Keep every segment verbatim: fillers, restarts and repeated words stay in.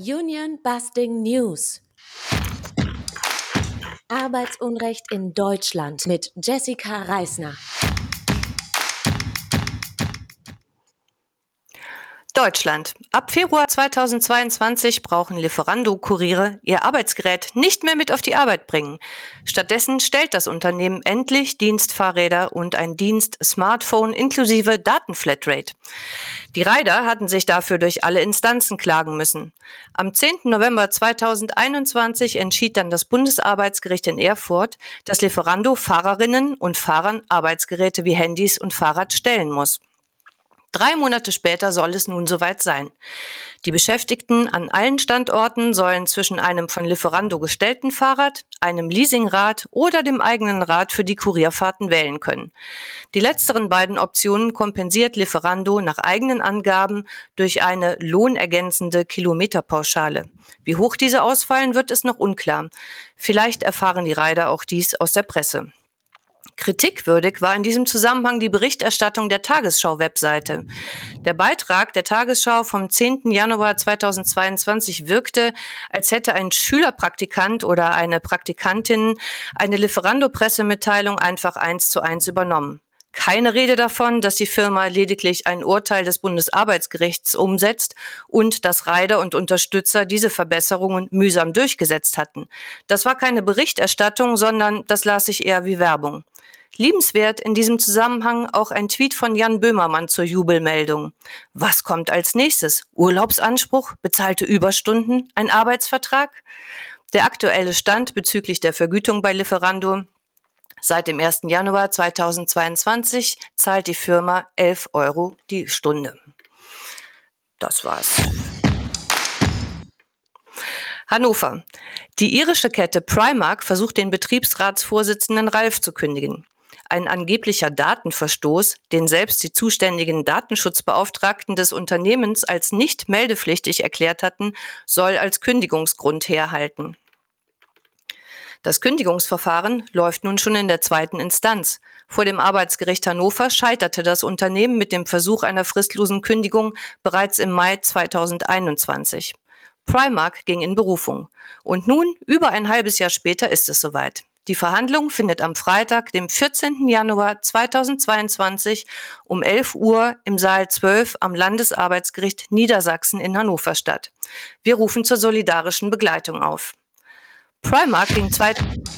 Union Busting News. Arbeitsunrecht in Deutschland mit Jessica Reisner. Deutschland. Ab Februar zweitausendzweiundzwanzig brauchen Lieferando-Kuriere ihr Arbeitsgerät nicht mehr mit auf die Arbeit bringen. Stattdessen stellt das Unternehmen endlich Dienstfahrräder und ein Dienst-Smartphone inklusive Datenflatrate. Die Rider hatten sich dafür durch alle Instanzen klagen müssen. Am zehnten November zweitausendeinundzwanzig entschied dann das Bundesarbeitsgericht in Erfurt, dass Lieferando Fahrerinnen und Fahrern Arbeitsgeräte wie Handys und Fahrrad stellen muss. Drei Monate später soll es nun soweit sein. Die Beschäftigten an allen Standorten sollen zwischen einem von Lieferando gestellten Fahrrad, einem Leasingrad oder dem eigenen Rad für die Kurierfahrten wählen können. Die letzteren beiden Optionen kompensiert Lieferando nach eigenen Angaben durch eine lohnergänzende Kilometerpauschale. Wie hoch diese ausfallen, wird es noch unklar. Vielleicht erfahren die Rider auch dies aus der Presse. Kritikwürdig war in diesem Zusammenhang die Berichterstattung der Tagesschau-Webseite. Der Beitrag der Tagesschau vom zehnten Januar zweitausendzweiundzwanzig wirkte, als hätte ein Schülerpraktikant oder eine Praktikantin eine Lieferando-Pressemitteilung einfach eins zu eins übernommen. Keine Rede davon, dass die Firma lediglich ein Urteil des Bundesarbeitsgerichts umsetzt und dass Rider und Unterstützer diese Verbesserungen mühsam durchgesetzt hatten. Das war keine Berichterstattung, sondern das las ich eher wie Werbung. Liebenswert in diesem Zusammenhang auch ein Tweet von Jan Böhmermann zur Jubelmeldung. Was kommt als nächstes? Urlaubsanspruch, bezahlte Überstunden, ein Arbeitsvertrag? Der aktuelle Stand bezüglich der Vergütung bei Lieferando: Seit dem ersten Januar zweitausendzweiundzwanzig zahlt die Firma elf Euro die Stunde. Das war's. Hannover. Die irische Kette Primark versucht, den Betriebsratsvorsitzenden Ralf zu kündigen. Ein angeblicher Datenverstoß, den selbst die zuständigen Datenschutzbeauftragten des Unternehmens als nicht meldepflichtig erklärt hatten, soll als Kündigungsgrund herhalten. Das Kündigungsverfahren läuft nun schon in der zweiten Instanz. Vor dem Arbeitsgericht Hannover scheiterte das Unternehmen mit dem Versuch einer fristlosen Kündigung bereits im Mai zweitausendeinundzwanzig. Primark ging in Berufung. Und nun, über ein halbes Jahr später, ist es soweit. Die Verhandlung findet am Freitag, dem vierzehnten Januar zweitausendzweiundzwanzig um elf Uhr im Saal zwölf am Landesarbeitsgericht Niedersachsen in Hannover statt. Wir rufen zur solidarischen Begleitung auf. Primark ging, zwei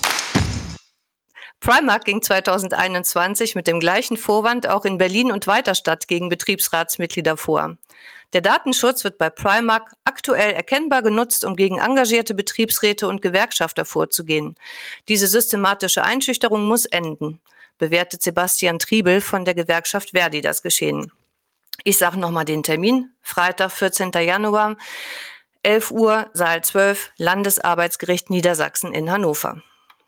Primark ging zweitausendeinundzwanzig mit dem gleichen Vorwand auch in Berlin und Weiterstadt gegen Betriebsratsmitglieder vor. Der Datenschutz wird bei Primark aktuell erkennbar genutzt, um gegen engagierte Betriebsräte und Gewerkschafter vorzugehen. Diese systematische Einschüchterung muss enden, bewertet Sebastian Triebel von der Gewerkschaft Verdi das Geschehen. Ich sage nochmal den Termin: Freitag, vierzehnten Januar, elf Uhr, Saal zwölf, Landesarbeitsgericht Niedersachsen in Hannover.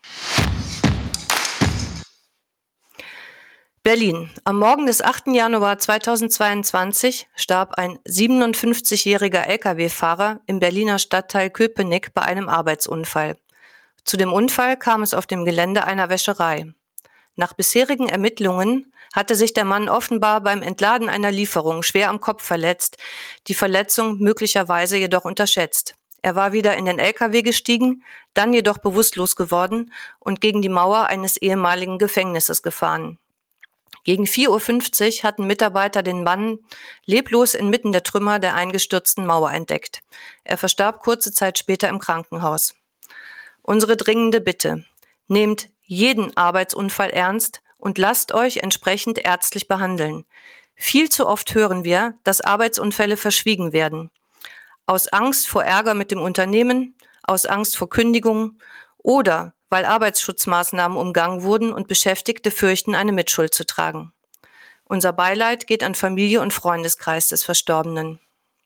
Berlin. Am Morgen des achten Januar zweitausendzweiundzwanzig starb ein siebenundfünfzigjähriger L K W-Fahrer im Berliner Stadtteil Köpenick bei einem Arbeitsunfall. Zu dem Unfall kam es auf dem Gelände einer Wäscherei. Nach bisherigen Ermittlungen hatte sich der Mann offenbar beim Entladen einer Lieferung schwer am Kopf verletzt, die Verletzung möglicherweise jedoch unterschätzt. Er war wieder in den L K W gestiegen, dann jedoch bewusstlos geworden und gegen die Mauer eines ehemaligen Gefängnisses gefahren. Gegen vier Uhr fünfzig hatten Mitarbeiter den Mann leblos inmitten der Trümmer der eingestürzten Mauer entdeckt. Er verstarb kurze Zeit später im Krankenhaus. Unsere dringende Bitte: Nehmt jeden Arbeitsunfall ernst und lasst euch entsprechend ärztlich behandeln. Viel zu oft hören wir, dass Arbeitsunfälle verschwiegen werden. Aus Angst vor Ärger mit dem Unternehmen, aus Angst vor Kündigungen oder weil Arbeitsschutzmaßnahmen umgangen wurden und Beschäftigte fürchten, eine Mitschuld zu tragen. Unser Beileid geht an Familie und Freundeskreis des Verstorbenen.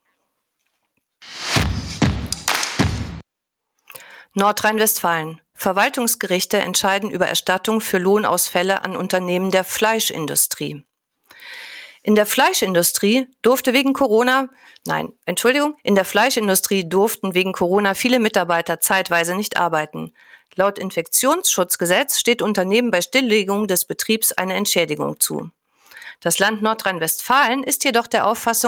Nordrhein-Westfalen. Verwaltungsgerichte entscheiden über Erstattung für Lohnausfälle an Unternehmen der Fleischindustrie. In der Fleischindustrie durfte wegen Corona, nein, Entschuldigung, in der Fleischindustrie durften wegen Corona viele Mitarbeiter zeitweise nicht arbeiten. Laut Infektionsschutzgesetz steht Unternehmen bei Stilllegung des Betriebs eine Entschädigung zu. Das Land Nordrhein-Westfalen ist jedoch der Auffassung,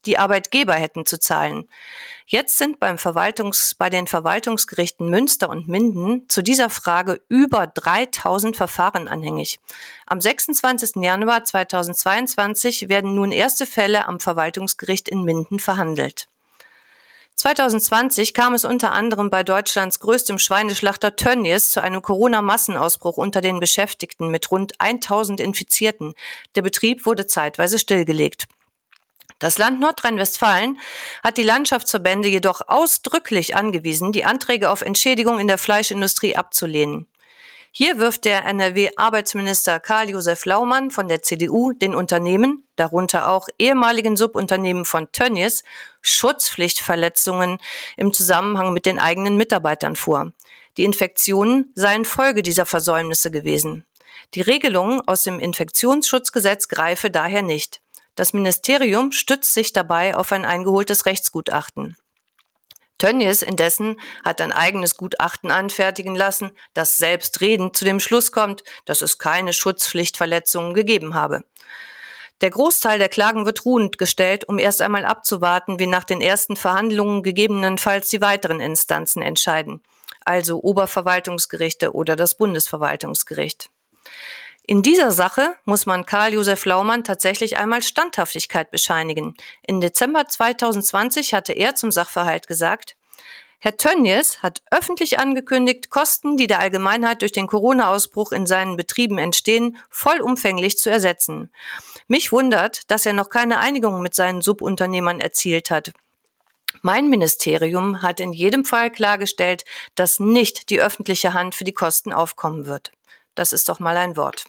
die Arbeitgeber hätten zu zahlen. Jetzt sind beim Verwaltungs, bei den Verwaltungsgerichten Münster und Minden zu dieser Frage über dreitausend Verfahren anhängig. Am sechsundzwanzigsten Januar zweitausendzweiundzwanzig werden nun erste Fälle am Verwaltungsgericht in Minden verhandelt. zweitausendzwanzig kam es unter anderem bei Deutschlands größtem Schweineschlachter Tönnies zu einem Corona-Massenausbruch unter den Beschäftigten mit rund tausend Infizierten. Der Betrieb wurde zeitweise stillgelegt. Das Land Nordrhein-Westfalen hat die Landschaftsverbände jedoch ausdrücklich angewiesen, die Anträge auf Entschädigung in der Fleischindustrie abzulehnen. Hier wirft der N R W-Arbeitsminister Karl-Josef Laumann von der C D U den Unternehmen, darunter auch ehemaligen Subunternehmen von Tönnies, Schutzpflichtverletzungen im Zusammenhang mit den eigenen Mitarbeitern vor. Die Infektionen seien Folge dieser Versäumnisse gewesen. Die Regelung aus dem Infektionsschutzgesetz greife daher nicht. Das Ministerium stützt sich dabei auf ein eingeholtes Rechtsgutachten. Tönnies indessen hat ein eigenes Gutachten anfertigen lassen, das selbstredend zu dem Schluss kommt, dass es keine Schutzpflichtverletzungen gegeben habe. Der Großteil der Klagen wird ruhend gestellt, um erst einmal abzuwarten, wie nach den ersten Verhandlungen gegebenenfalls die weiteren Instanzen entscheiden, also Oberverwaltungsgerichte oder das Bundesverwaltungsgericht. In dieser Sache muss man Karl-Josef Laumann tatsächlich einmal Standhaftigkeit bescheinigen. Im Dezember zweitausendzwanzig hatte er zum Sachverhalt gesagt: Herr Tönnies hat öffentlich angekündigt, Kosten, die der Allgemeinheit durch den Corona-Ausbruch in seinen Betrieben entstehen, vollumfänglich zu ersetzen. Mich wundert, dass er noch keine Einigung mit seinen Subunternehmern erzielt hat. Mein Ministerium hat in jedem Fall klargestellt, dass nicht die öffentliche Hand für die Kosten aufkommen wird. Das ist doch mal ein Wort.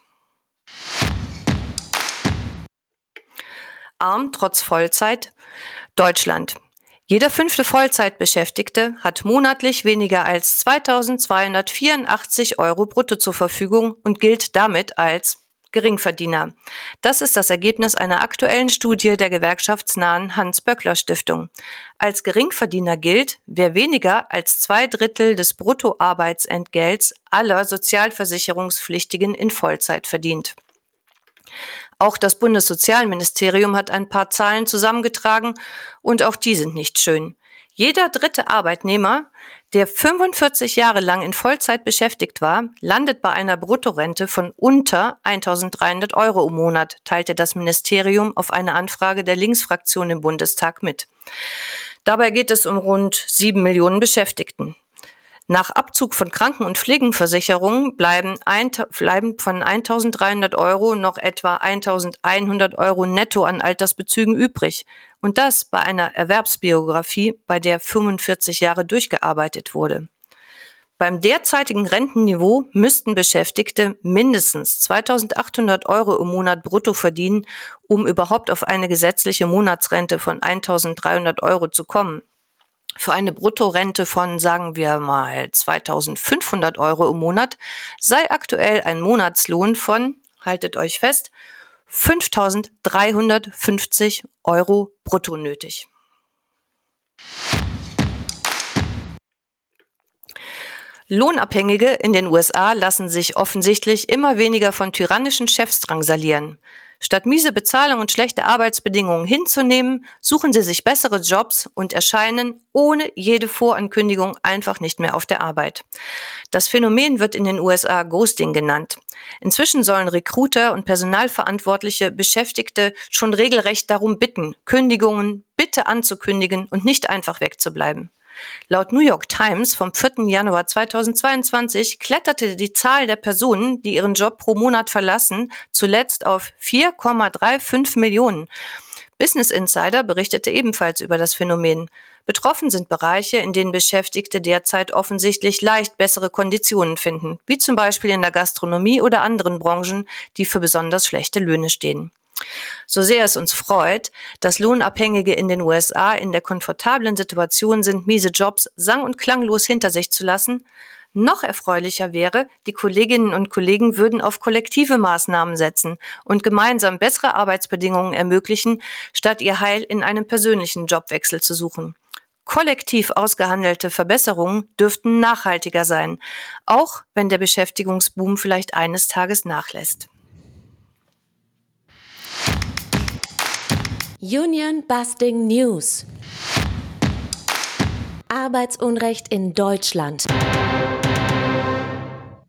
Arm trotz Vollzeit. Deutschland. Jeder fünfte Vollzeitbeschäftigte hat monatlich weniger als zweitausendzweihundertvierundachtzig Euro brutto zur Verfügung und gilt damit als Geringverdiener. Das ist das Ergebnis einer aktuellen Studie der gewerkschaftsnahen Hans-Böckler-Stiftung. Als Geringverdiener gilt, wer weniger als zwei Drittel des Bruttoarbeitsentgelts aller Sozialversicherungspflichtigen in Vollzeit verdient. Auch das Bundessozialministerium hat ein paar Zahlen zusammengetragen und auch die sind nicht schön. Jeder dritte Arbeitnehmer, der fünfundvierzig Jahre lang in Vollzeit beschäftigt war, landet bei einer Bruttorente von unter eintausenddreihundert Euro im Monat, teilte das Ministerium auf eine Anfrage der Linksfraktion im Bundestag mit. Dabei geht es um rund sieben Millionen Beschäftigten. Nach Abzug von Kranken- und Pflegenversicherungen bleiben, ein, bleiben von eintausenddreihundert Euro noch etwa eintausendeinhundert Euro netto an Altersbezügen übrig. Und das bei einer Erwerbsbiografie, bei der fünfundvierzig Jahre durchgearbeitet wurde. Beim derzeitigen Rentenniveau müssten Beschäftigte mindestens zweitausendachthundert Euro im Monat brutto verdienen, um überhaupt auf eine gesetzliche Monatsrente von eintausenddreihundert Euro zu kommen. Für eine Bruttorente von, sagen wir mal, zweitausendfünfhundert Euro im Monat sei aktuell ein Monatslohn von, haltet euch fest, fünftausenddreihundertfünfzig Euro brutto nötig. Lohnabhängige in den U S A lassen sich offensichtlich immer weniger von tyrannischen Chefs drangsalieren. Statt miese Bezahlung und schlechte Arbeitsbedingungen hinzunehmen, suchen sie sich bessere Jobs und erscheinen ohne jede Vorankündigung einfach nicht mehr auf der Arbeit. Das Phänomen wird in den U S A Ghosting genannt. Inzwischen sollen Recruiter und Personalverantwortliche Beschäftigte schon regelrecht darum bitten, Kündigungen bitte anzukündigen und nicht einfach wegzubleiben. Laut New York Times vom vierten Januar zweitausendzweiundzwanzig kletterte die Zahl der Personen, die ihren Job pro Monat verlassen, zuletzt auf vier Komma fünfunddreißig Millionen. Business Insider berichtete ebenfalls über das Phänomen. Betroffen sind Bereiche, in denen Beschäftigte derzeit offensichtlich leicht bessere Konditionen finden, wie zum Beispiel in der Gastronomie oder anderen Branchen, die für besonders schlechte Löhne stehen. So sehr es uns freut, dass Lohnabhängige in den U S A in der komfortablen Situation sind, miese Jobs sang- und klanglos hinter sich zu lassen, noch erfreulicher wäre, die Kolleginnen und Kollegen würden auf kollektive Maßnahmen setzen und gemeinsam bessere Arbeitsbedingungen ermöglichen, statt ihr Heil in einem persönlichen Jobwechsel zu suchen. Kollektiv ausgehandelte Verbesserungen dürften nachhaltiger sein, auch wenn der Beschäftigungsboom vielleicht eines Tages nachlässt. Union Busting News. Arbeitsunrecht in Deutschland.